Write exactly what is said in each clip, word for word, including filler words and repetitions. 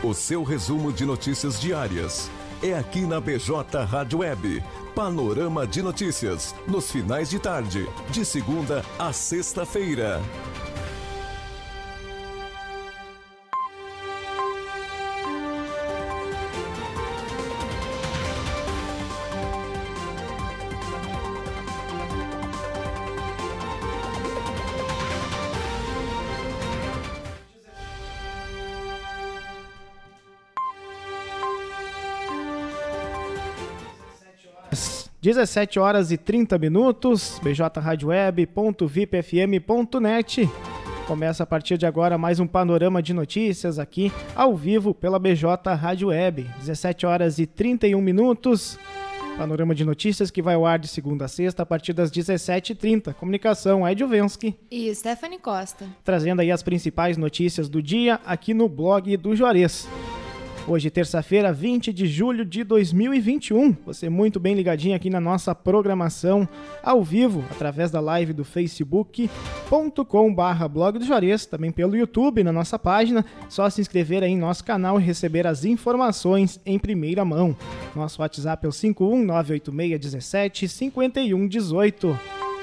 O seu resumo de notícias diárias é aqui na B J Rádio Web. Panorama de notícias, nos finais de tarde, de segunda a sexta-feira. dezessete horas e trinta minutos, b j rádio web ponto vip f m ponto net. Começa a partir de agora mais um panorama de notícias aqui ao vivo pela B J Rádio Web. dezessete horas e trinta e um minutos. Panorama de notícias que vai ao ar de segunda a sexta a partir das dezessete e trinta. Comunicação Ed Ovensky e Stephanie Costa. Trazendo aí as principais notícias do dia aqui no blog do Juarez. Hoje, terça-feira, vinte de julho de dois mil e vinte e um. Você muito bem ligadinho aqui na nossa programação ao vivo, através da live do facebook ponto com barra blog do Juarez, também pelo YouTube, na nossa página. Só se inscrever aí em nosso canal e receber as informações em primeira mão. Nosso WhatsApp é o cinco um nove oito seis um sete cinco um um oito.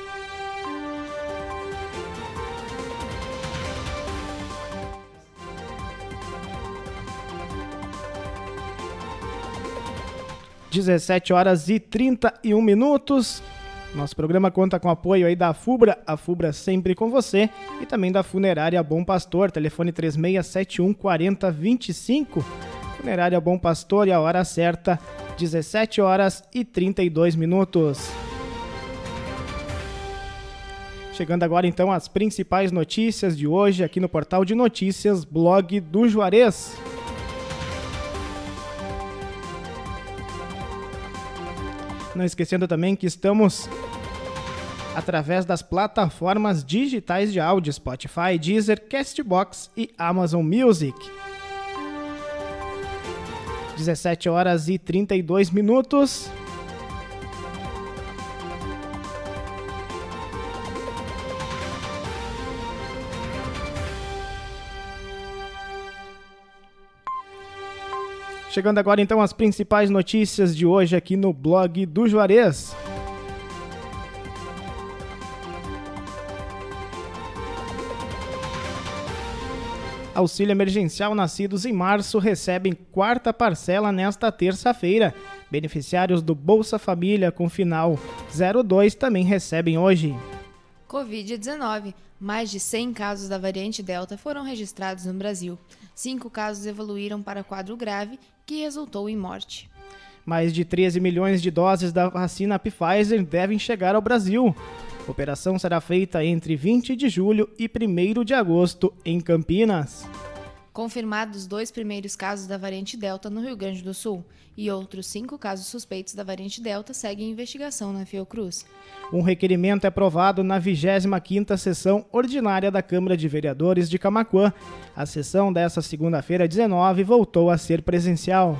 dezessete horas e trinta e um minutos. Nosso programa conta com apoio aí da Fubra, a Fubra sempre com você, e também da Funerária Bom Pastor, telefone três seis sete um quatro zero dois cinco. Funerária Bom Pastor e a hora certa, dezessete horas e trinta e dois minutos. Chegando agora então às principais notícias de hoje aqui no portal de notícias Blog do Juarez. Não esquecendo também que estamos através das plataformas digitais de áudio, Spotify, Deezer, Castbox e Amazon Music. dezessete horas e trinta e dois minutos. Chegando agora então às principais notícias de hoje aqui no blog do Juarez. Auxílio emergencial nascidos em março recebem quarta parcela nesta terça-feira. Beneficiários do Bolsa Família com final zero dois também recebem hoje. covid dezenove. Mais de cem casos da variante Delta foram registrados no Brasil. Cinco casos evoluíram para quadro grave, que resultou em morte. Mais de treze milhões de doses da vacina Pfizer devem chegar ao Brasil. A operação será feita entre vinte de julho e primeiro de agosto em Campinas. Confirmados dois primeiros casos da variante Delta no Rio Grande do Sul e outros cinco casos suspeitos da variante Delta seguem investigação na Fiocruz. Um requerimento é aprovado na vigésima quinta sessão ordinária da Câmara de Vereadores de Camaquã. A sessão desta segunda-feira, dezenove, voltou a ser presencial.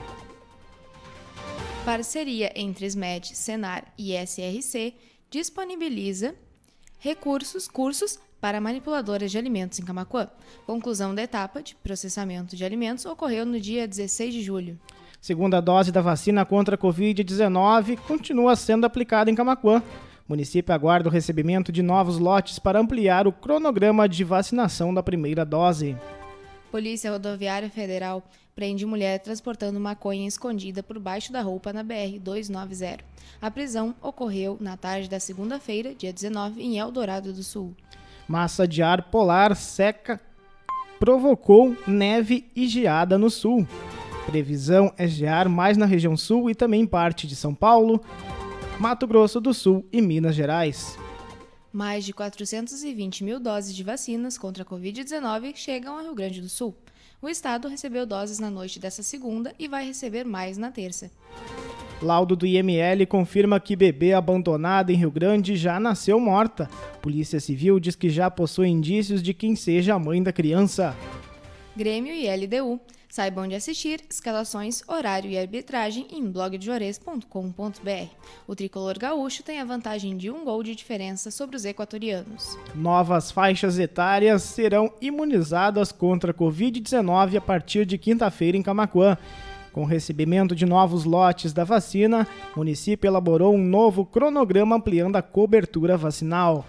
Parceria entre SMED, Senar e S R C disponibiliza recursos, cursos para manipuladoras de alimentos em Camaquã. Conclusão da etapa de processamento de alimentos ocorreu no dia dezesseis de julho. Segunda dose da vacina contra a covid dezenove continua sendo aplicada em Camaquã. O município aguarda o recebimento de novos lotes para ampliar o cronograma de vacinação da primeira dose. Polícia Rodoviária Federal prende mulher transportando maconha escondida por baixo da roupa na B R duzentos e noventa. A prisão ocorreu na tarde da segunda-feira, dia dezenove, em Eldorado do Sul. Massa de ar polar seca provocou neve e geada no sul. Previsão é gear mais na região sul e também parte de São Paulo, Mato Grosso do Sul e Minas Gerais. Mais de quatrocentos e vinte mil doses de vacinas contra a covid dezenove chegam ao Rio Grande do Sul. O estado recebeu doses na noite desta segunda e vai receber mais na terça. Laudo do I M L confirma que bebê abandonada em Rio Grande já nasceu morta. Polícia Civil diz que já possui indícios de quem seja a mãe da criança. Grêmio e L D U. Saiba onde assistir, escalações, horário e arbitragem em blog de juarez ponto com ponto b r. O tricolor gaúcho tem a vantagem de um gol de diferença sobre os equatorianos. Novas faixas etárias serão imunizadas contra a covid dezenove a partir de quinta-feira em Camaquã. Com o recebimento de novos lotes da vacina, o município elaborou um novo cronograma ampliando a cobertura vacinal.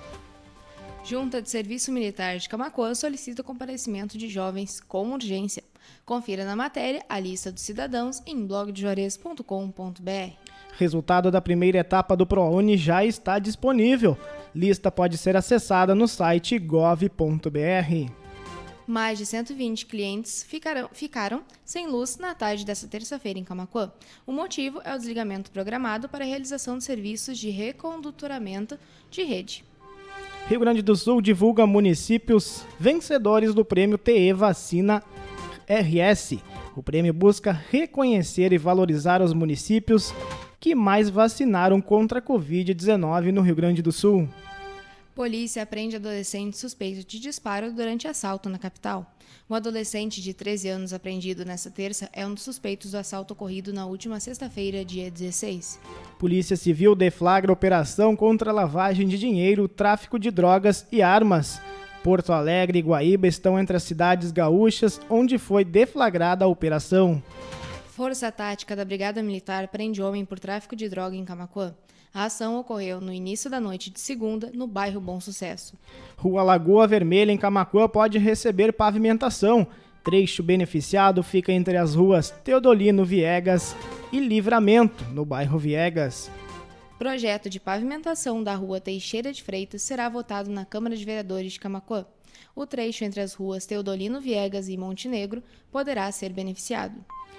Junta de Serviço Militar de Camaquã solicita o comparecimento de jovens com urgência. Confira na matéria a lista dos cidadãos em blog de juarez ponto com ponto b r. Resultado da primeira etapa do ProUni já está disponível. Lista pode ser acessada no site gov ponto b r. Mais de cento e vinte clientes ficaram, ficaram sem luz na tarde desta terça-feira em Camaquã. O motivo é o desligamento programado para a realização de serviços de recondutoramento de rede. Rio Grande do Sul divulga municípios vencedores do prêmio T E Vacina R S. O prêmio busca reconhecer e valorizar os municípios que mais vacinaram contra a covid dezenove no Rio Grande do Sul. Polícia apreende adolescente suspeito de disparo durante assalto na capital. Um adolescente de treze anos apreendido nesta terça é um dos suspeitos do assalto ocorrido na última sexta-feira, dia dezesseis. Polícia Civil deflagra operação contra a lavagem de dinheiro, tráfico de drogas e armas. Porto Alegre e Guaíba estão entre as cidades gaúchas onde foi deflagrada a operação. Força Tática da Brigada Militar prende homem por tráfico de droga em Camaquã. A ação ocorreu no início da noite de segunda, no bairro Bom Sucesso. Rua Lagoa Vermelha, em Camaquã, pode receber pavimentação. Trecho beneficiado fica entre as ruas Teodolino Viegas e Livramento, no bairro Viegas. Projeto de pavimentação da rua Teixeira de Freitas será votado na Câmara de Vereadores de Camaquã. O trecho entre as ruas Teodolino Viegas e Montenegro poderá ser beneficiado.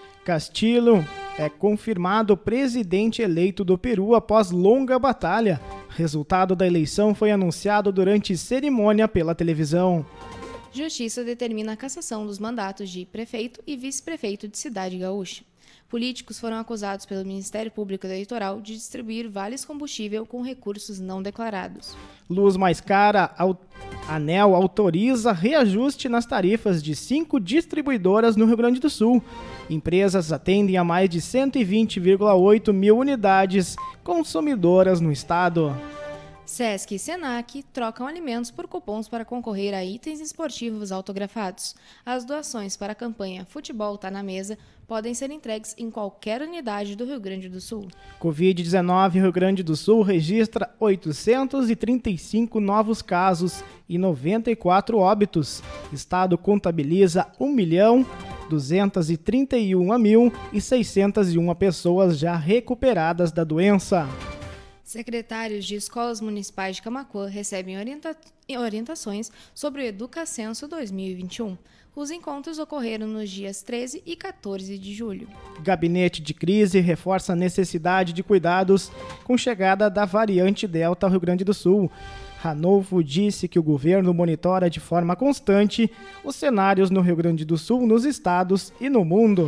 Castilho é confirmado presidente eleito do Peru após longa batalha. Resultado da eleição foi anunciado durante cerimônia pela televisão. Justiça determina a cassação dos mandatos de prefeito e vice-prefeito de Cidade Gaúcha. Políticos foram acusados pelo Ministério Público Eleitoral de distribuir vales combustível com recursos não declarados. Luz mais cara, a ANEEL autoriza reajuste nas tarifas de cinco distribuidoras no Rio Grande do Sul. Empresas atendem a mais de cento e vinte vírgula oito mil unidades consumidoras no estado. Sesc e Senac trocam alimentos por cupons para concorrer a itens esportivos autografados. As doações para a campanha Futebol Tá na Mesa podem ser entregues em qualquer unidade do Rio Grande do Sul. covid dezenove Rio Grande do Sul registra oitocentos e trinta e cinco novos casos e noventa e quatro óbitos. Estado contabiliza um milhão duzentos e trinta e um mil e seiscentas e uma pessoas já recuperadas da doença. Secretários de escolas municipais de Camaquã recebem orienta- orientações sobre o Educacenso dois mil e vinte e um. Os encontros ocorreram nos dias treze e quatorze de julho. Gabinete de crise reforça a necessidade de cuidados com chegada da variante Delta ao Rio Grande do Sul. Ranolfo disse que o governo monitora de forma constante os cenários no Rio Grande do Sul, nos estados e no mundo.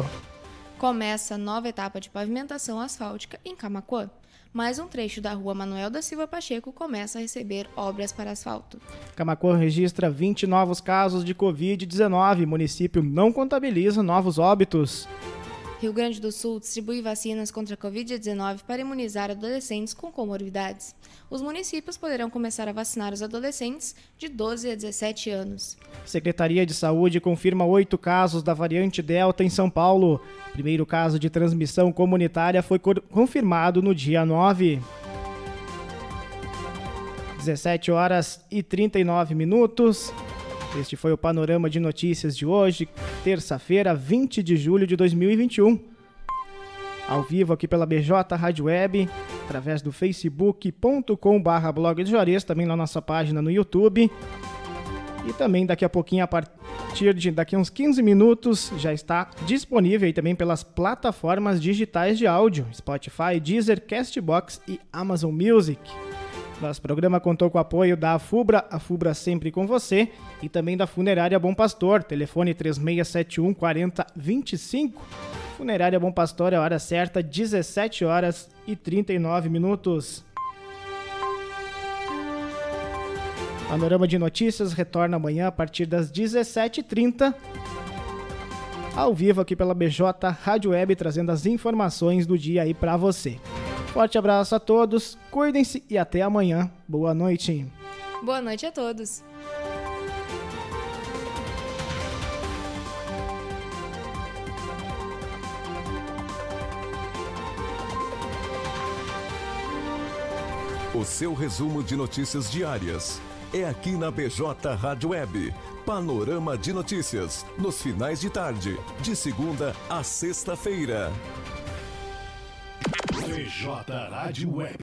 Começa a nova etapa de pavimentação asfáltica em Camaquã. Mais um trecho da rua Manuel da Silva Pacheco começa a receber obras para asfalto. Camaquã registra vinte novos casos de covid dezenove. Município não contabiliza novos óbitos. Rio Grande do Sul distribui vacinas contra a covid dezenove para imunizar adolescentes com comorbidades. Os municípios poderão começar a vacinar os adolescentes de doze a dezessete anos. Secretaria de Saúde confirma oito casos da variante Delta em São Paulo. Primeiro caso de transmissão comunitária foi confirmado no dia nove. dezessete horas e trinta e nove minutos. Este foi o Panorama de Notícias de hoje, terça-feira, vinte de julho de dois mil e vinte e um. Ao vivo aqui pela B J Rádio Web, através do facebook ponto com barra blog de Juarez, também na nossa página no YouTube. E também daqui a pouquinho, a partir de daqui a uns quinze minutos, já está disponível aí também pelas plataformas digitais de áudio, Spotify, Deezer, Castbox e Amazon Music. Nosso programa contou com o apoio da Afubra, a Afubra sempre com você, e também da Funerária Bom Pastor, telefone três seis sete um, quatro zero dois cinco. Funerária Bom Pastor, é a hora certa, dezessete horas e trinta e nove minutos. Panorama de Notícias retorna amanhã a partir das dezessete e trinta. ao vivo aqui pela B J Rádio Web, trazendo as informações do dia aí para você. Forte abraço a todos, cuidem-se e até amanhã. Boa noite. Boa noite a todos. O seu resumo de notícias diárias é aqui na B J Rádio Web. Panorama de notícias, nos finais de tarde, de segunda a sexta-feira. B J Rádio Web.